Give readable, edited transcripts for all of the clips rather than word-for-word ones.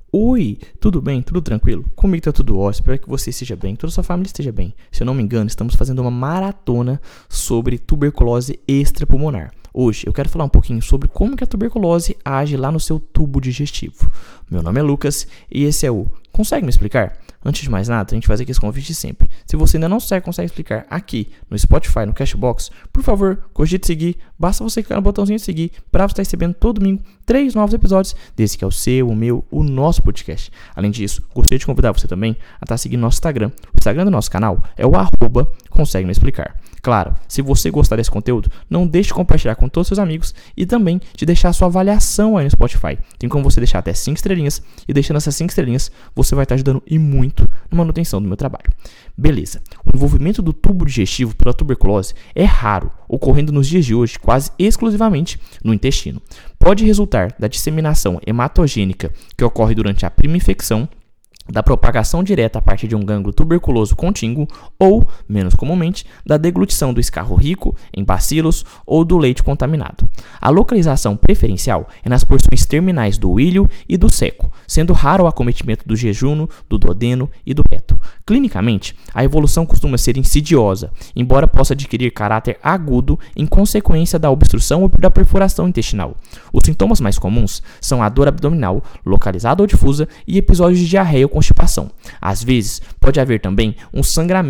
Oi, tudo bem? Tudo tranquilo? Comigo tá tudo ótimo, espero que você esteja bem, toda a sua família esteja bem. Se eu não me engano, estamos fazendo uma maratona sobre tuberculose extrapulmonar. Hoje eu quero falar um pouquinho sobre como que a tuberculose age lá no seu tubo digestivo. Meu nome é Lucas e esse é o Consegue Me Explicar? Antes de mais nada, a gente faz aqui esse convite sempre. Se você ainda não consegue explicar aqui no Spotify, no Cashbox, por favor, cogite seguir. Basta você clicar no botãozinho de seguir para você estar recebendo todo domingo 3 novos episódios desse que é o seu, o meu, o nosso podcast. Além disso, gostaria de convidar você também a estar seguindo nosso Instagram. O Instagram do nosso canal é o @Consegue Me Explicar. Claro, se você gostar desse conteúdo, não deixe de compartilhar com todos os seus amigos e também de deixar a sua avaliação aí no Spotify. Tem como você deixar até 5 estrelinhas e deixando essas 5 estrelinhas, você vai estar ajudando e muito na manutenção do meu trabalho. Beleza, o envolvimento do tubo digestivo pela tuberculose é raro, ocorrendo nos dias de hoje quase exclusivamente no intestino. Pode resultar da disseminação hematogênica que ocorre durante a prima infecção, da propagação direta a partir de um gânglio tuberculoso contíguo ou, menos comumente, da deglutição do escarro rico em bacilos ou do leite contaminado. A localização preferencial é nas porções terminais do ilho e do seco, sendo raro o acometimento do jejuno, do duodeno e do reto. Clinicamente, a evolução costuma ser insidiosa, embora possa adquirir caráter agudo em consequência da obstrução ou da perfuração intestinal. Os sintomas mais comuns são a dor abdominal, localizada ou difusa, e episódios de diarreia ou constipação. Às vezes, pode haver também um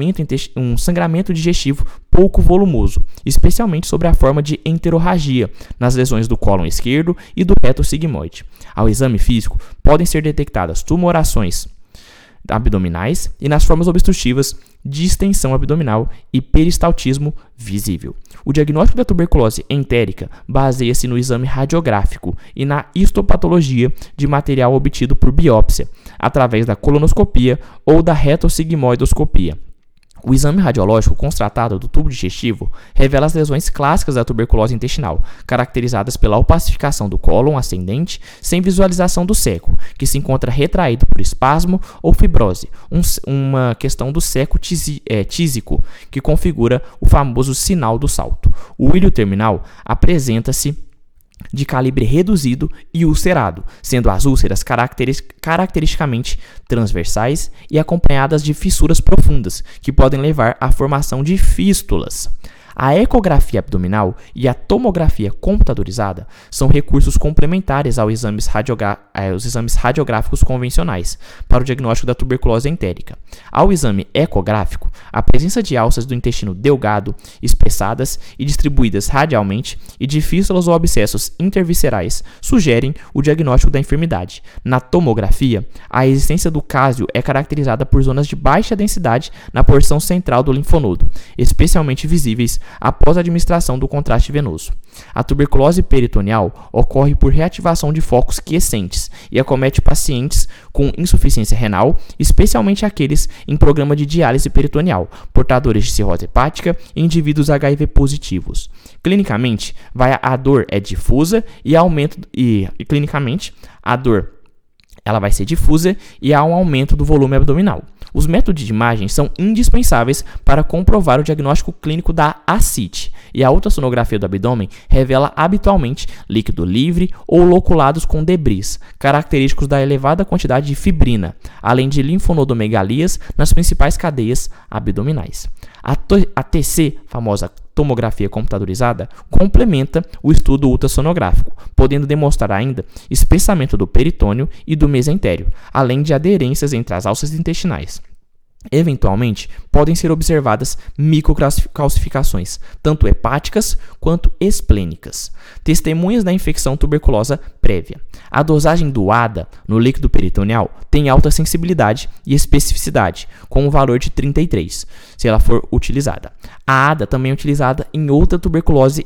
sangramento digestivo pouco volumoso, especialmente sobre a forma de enterorragia, nas lesões do cólon esquerdo e do reto sigmoide. Ao exame físico, podem ser detectadas tumorações abdominais e nas formas obstrutivas de extensão abdominal e peristaltismo visível. O diagnóstico da tuberculose entérica baseia-se no exame radiográfico e na histopatologia de material obtido por biópsia, através da colonoscopia ou da retossigmoidoscopia. O exame radiológico constatado do tubo digestivo revela as lesões clássicas da tuberculose intestinal, caracterizadas pela opacificação do cólon ascendente sem visualização do seco, que se encontra retraído por espasmo ou fibrose, uma questão do seco tísico, que configura o famoso sinal do salto. O ilho terminal apresenta-se de calibre reduzido e ulcerado, sendo as úlceras caracteristicamente transversais e acompanhadas de fissuras profundas, que podem levar à formação de fístulas. A ecografia abdominal e a tomografia computadorizada são recursos complementares aos exames radiográficos convencionais para o diagnóstico da tuberculose entérica. Ao exame ecográfico, a presença de alças do intestino delgado, espessadas e distribuídas radialmente, e de fístulas ou abscessos interviscerais sugerem o diagnóstico da enfermidade. Na tomografia, a existência do cásio é caracterizada por zonas de baixa densidade na porção central do linfonodo, especialmente visíveis após a administração do contraste venoso. A tuberculose peritoneal ocorre por reativação de focos quiescentes e acomete pacientes com insuficiência renal, especialmente aqueles em programa de diálise peritoneal, portadores de cirrose hepática e indivíduos HIV positivos. Clinicamente, a dor é difusa clinicamente a dor ela vai ser difusa e há um aumento do volume abdominal. Os métodos de imagem são indispensáveis para comprovar o diagnóstico clínico da ascite, e a ultrassonografia do abdômen revela habitualmente líquido livre ou loculados com debris, característicos da elevada quantidade de fibrina, além de linfonodomegalias nas principais cadeias abdominais. A TC, famosa tomografia computadorizada, complementa o estudo ultrassonográfico, podendo demonstrar ainda espessamento do peritônio e do mesentério, além de aderências entre as alças intestinais. Eventualmente, podem ser observadas microcalcificações, tanto hepáticas quanto esplênicas, testemunhas da infecção tuberculosa prévia. A dosagem do ADA no líquido peritoneal tem alta sensibilidade e especificidade, com um valor de 33, se ela for utilizada. A ADA também é utilizada em outra tuberculose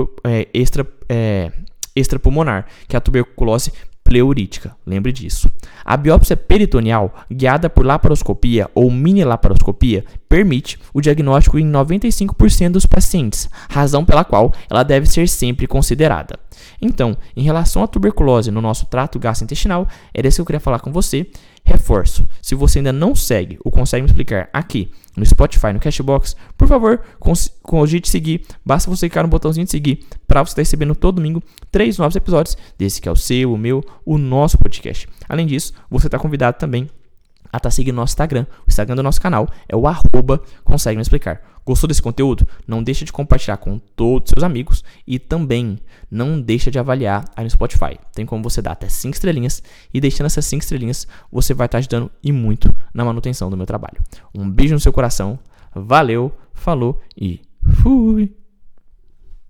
extrapulmonar, que é a tuberculose pleurítica, lembre disso. A biópsia peritoneal, guiada por laparoscopia ou mini-laparoscopia, permite o diagnóstico em 95% dos pacientes, razão pela qual ela deve ser sempre considerada. Então, em relação à tuberculose no nosso trato gastrointestinal, era isso que eu queria falar com você. Reforço, se você ainda não segue ou consegue me explicar aqui no Spotify, no Cashbox, por favor, cogite seguir. Basta você clicar no botãozinho de seguir para você estar recebendo todo domingo 3 novos episódios desse que é o seu, o meu, o nosso podcast. Além disso, você está convidado também a estar seguindo nosso Instagram. O Instagram do nosso canal é o @consegue me explicar. Gostou desse conteúdo? Não deixa de compartilhar com todos os seus amigos e também não deixa de avaliar aí no Spotify. Tem como você dar até 5 estrelinhas e deixando essas 5 estrelinhas você vai estar ajudando e muito na manutenção do meu trabalho. Um beijo no seu coração, valeu, falou e fui!